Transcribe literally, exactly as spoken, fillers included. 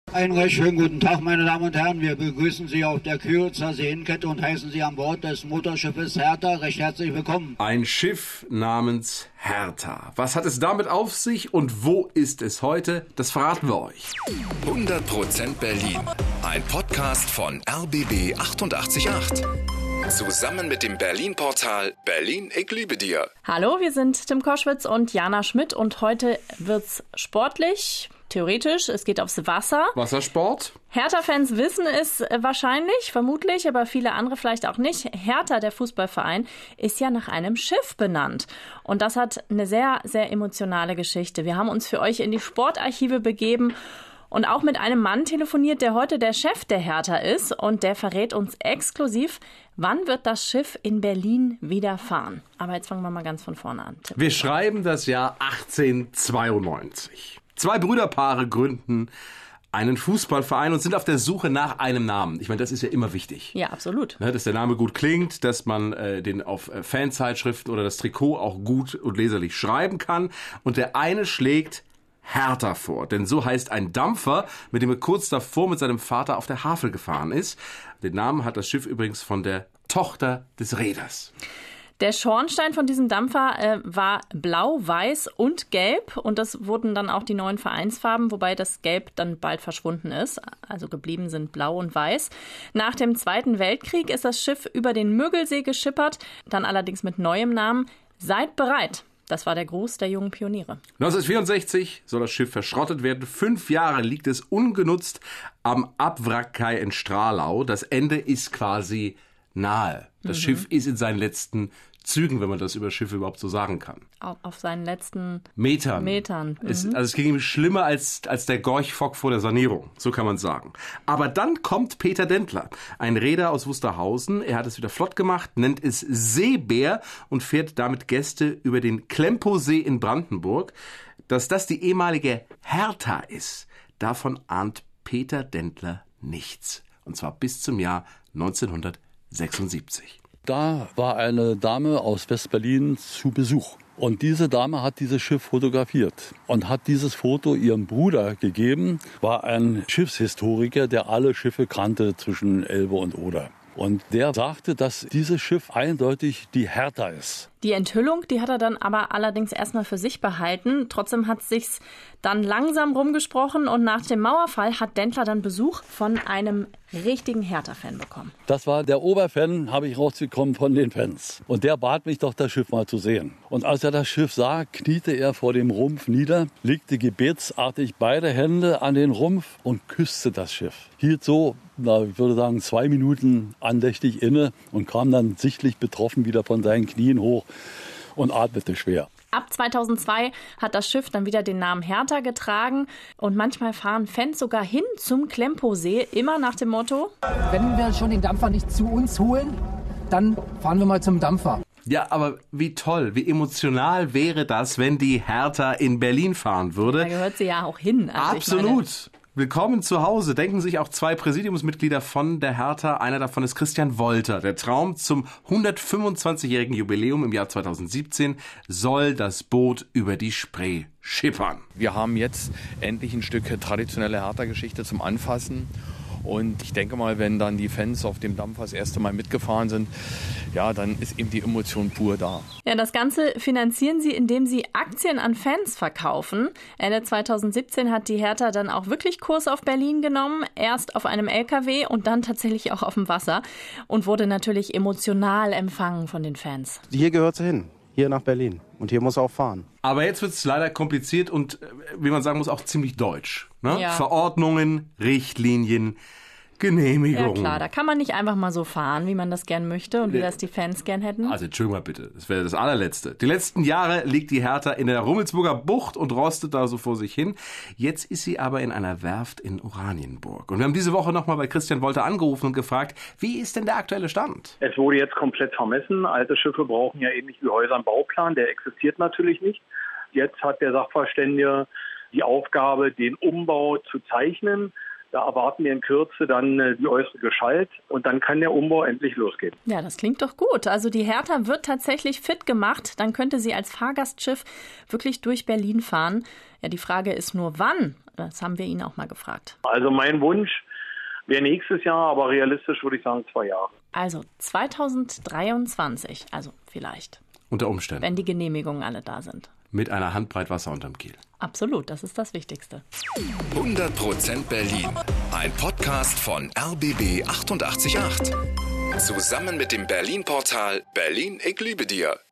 Einen recht schönen guten Tag, meine Damen und Herren. Wir begrüßen Sie auf der Kürzer Seenkette und heißen Sie an Bord des Motorschiffes Hertha recht herzlich willkommen. Ein Schiff namens Hertha. Was hat es damit auf sich und wo ist es heute? Das verraten wir euch. hundert Prozent Berlin. Ein Podcast von R B B achtundachtzig Komma acht. Zusammen mit dem Berlin-Portal Berlin, ich liebe dir. Hallo, wir sind Tim Koschwitz und Jana Schmidt und heute wird's sportlich. Theoretisch, es geht aufs Wasser. Wassersport? Hertha-Fans wissen es wahrscheinlich, vermutlich, aber viele andere vielleicht auch nicht. Hertha, der Fußballverein, ist ja nach einem Schiff benannt. Und das hat eine sehr, sehr emotionale Geschichte. Wir haben uns für euch in die Sportarchive begeben und auch mit einem Mann telefoniert, der heute der Chef der Hertha ist. Und der verrät uns exklusiv, wann wird das Schiff in Berlin wieder fahren. Aber jetzt fangen wir mal ganz von vorne an. Tipp. Wir schreiben das Jahr achtzehnhundertzweiundneunzig. Zwei Brüderpaare gründen einen Fußballverein und sind auf der Suche nach einem Namen. Ich meine, das ist ja immer wichtig. Ja, absolut. Ne, dass der Name gut klingt, dass man äh, den auf äh, Fanzeitschriften oder das Trikot auch gut und leserlich schreiben kann. Und der eine schlägt Hertha vor, denn so heißt ein Dampfer, mit dem er kurz davor mit seinem Vater auf der Havel gefahren ist. Den Namen hat das Schiff übrigens von der Tochter des Reeders. Der Schornstein von diesem Dampfer äh, war blau, weiß und gelb und das wurden dann auch die neuen Vereinsfarben, wobei das Gelb dann bald verschwunden ist. Also geblieben sind blau und weiß. Nach dem Zweiten Weltkrieg ist das Schiff über den Müggelsee geschippert, dann allerdings mit neuem Namen. Seid bereit. Das war der Gruß der jungen Pioniere. neunzehnhundertvierundsechzig soll das Schiff verschrottet werden. Fünf Jahre liegt es ungenutzt am Abwrackkai in Stralau. Das Ende ist quasi nahe. Das mhm. Schiff ist in seinen letzten Zügen, wenn man das über Schiffe überhaupt so sagen kann. Auf, auf seinen letzten Metern. Metern. Mhm. Es, also es ging ihm schlimmer als, als der Gorch-Fock vor der Sanierung, so kann man sagen. Aber dann kommt Peter Dentler, ein Reeder aus Wusterhausen. Er hat es wieder flott gemacht, nennt es Seebär und fährt damit Gäste über den Klemposee in Brandenburg. Dass das die ehemalige Hertha ist, davon ahnt Peter Dentler nichts. Und zwar bis zum Jahr neunzehnhundertsechsundsiebzig. Da war eine Dame aus West-Berlin zu Besuch. Und diese Dame hat dieses Schiff fotografiert und hat dieses Foto ihrem Bruder gegeben. War ein Schiffshistoriker, der alle Schiffe kannte zwischen Elbe und Oder. Und der sagte, dass dieses Schiff eindeutig die Hertha ist. Die Enthüllung, die hat er dann aber allerdings erstmal für sich behalten. Trotzdem hat es sich dann langsam rumgesprochen und nach dem Mauerfall hat Dentler dann Besuch von einem richtigen Hertha-Fan bekommen. Das war der Oberfan, habe ich rausbekommen von den Fans. Und der bat mich doch, das Schiff mal zu sehen. Und als er das Schiff sah, kniete er vor dem Rumpf nieder, legte gebetsartig beide Hände an den Rumpf und küsste das Schiff. Hielt so, na, ich würde sagen, zwei Minuten andächtig inne und kam dann sichtlich betroffen wieder von seinen Knien hoch und atmete schwer. Ab zweitausendzwei hat das Schiff dann wieder den Namen Hertha getragen und manchmal fahren Fans sogar hin zum Klemposee, immer nach dem Motto: Wenn wir schon den Dampfer nicht zu uns holen, dann fahren wir mal zum Dampfer. Ja, aber wie toll, wie emotional wäre das, wenn die Hertha in Berlin fahren würde? Da gehört sie ja auch hin. Also absolut. Willkommen zu Hause, denken sich auch zwei Präsidiumsmitglieder von der Hertha. Einer davon ist Christian Wolter. Der Traum zum hundertfünfundzwanzigjährigen Jubiläum im Jahr zweitausendsiebzehn soll das Boot über die Spree schippern. Wir haben jetzt endlich ein Stück traditionelle Hertha-Geschichte zum Anfassen. Und ich denke mal, wenn dann die Fans auf dem Dampfer das erste Mal mitgefahren sind, ja, dann ist eben die Emotion pur da. Ja, das Ganze finanzieren sie, indem sie Aktien an Fans verkaufen. Ende zweitausendsiebzehn hat die Hertha dann auch wirklich Kurs auf Berlin genommen. Erst auf einem L K W und dann tatsächlich auch auf dem Wasser. Und wurde natürlich emotional empfangen von den Fans. Hier gehört sie hin. Hier nach Berlin. Und hier muss er auch fahren. Aber jetzt wird es leider kompliziert und, wie man sagen muss, auch ziemlich deutsch. Ne? Ja. Verordnungen, Richtlinien, Genehmigungen. Ja klar, da kann man nicht einfach mal so fahren, wie man das gern möchte und wie das die Fans gern hätten. Also Entschuldigung mal bitte, das wäre das allerletzte. Die letzten Jahre liegt die Hertha in der Rummelsburger Bucht und rostet da so vor sich hin. Jetzt ist sie aber in einer Werft in Oranienburg. Und wir haben diese Woche nochmal bei Christian Wolter angerufen und gefragt, wie ist denn der aktuelle Stand? Es wurde jetzt komplett vermessen. Alte Schiffe brauchen ja ähnlich wie Häuser einen Bauplan. Der existiert natürlich nicht. Jetzt hat der Sachverständige die Aufgabe, den Umbau zu zeichnen. Da erwarten wir in Kürze dann äh, die äußere Geschalt und dann kann der Umbau endlich losgehen. Ja, das klingt doch gut. Also die Hertha wird tatsächlich fit gemacht. Dann könnte sie als Fahrgastschiff wirklich durch Berlin fahren. Ja, die Frage ist nur, wann? Das haben wir ihn auch mal gefragt. Also mein Wunsch wäre nächstes Jahr, aber realistisch würde ich sagen zwei Jahre. Also zweitausenddreiundzwanzig, also vielleicht. Unter Umständen. Wenn die Genehmigungen alle da sind. Mit einer Handbreit Wasser unterm Kiel. Absolut, das ist das Wichtigste. hundert Prozent Berlin. Ein Podcast von R B B achtundachtzig Komma acht. Zusammen mit dem Berlin-Portal Berlin, ich liebe dir.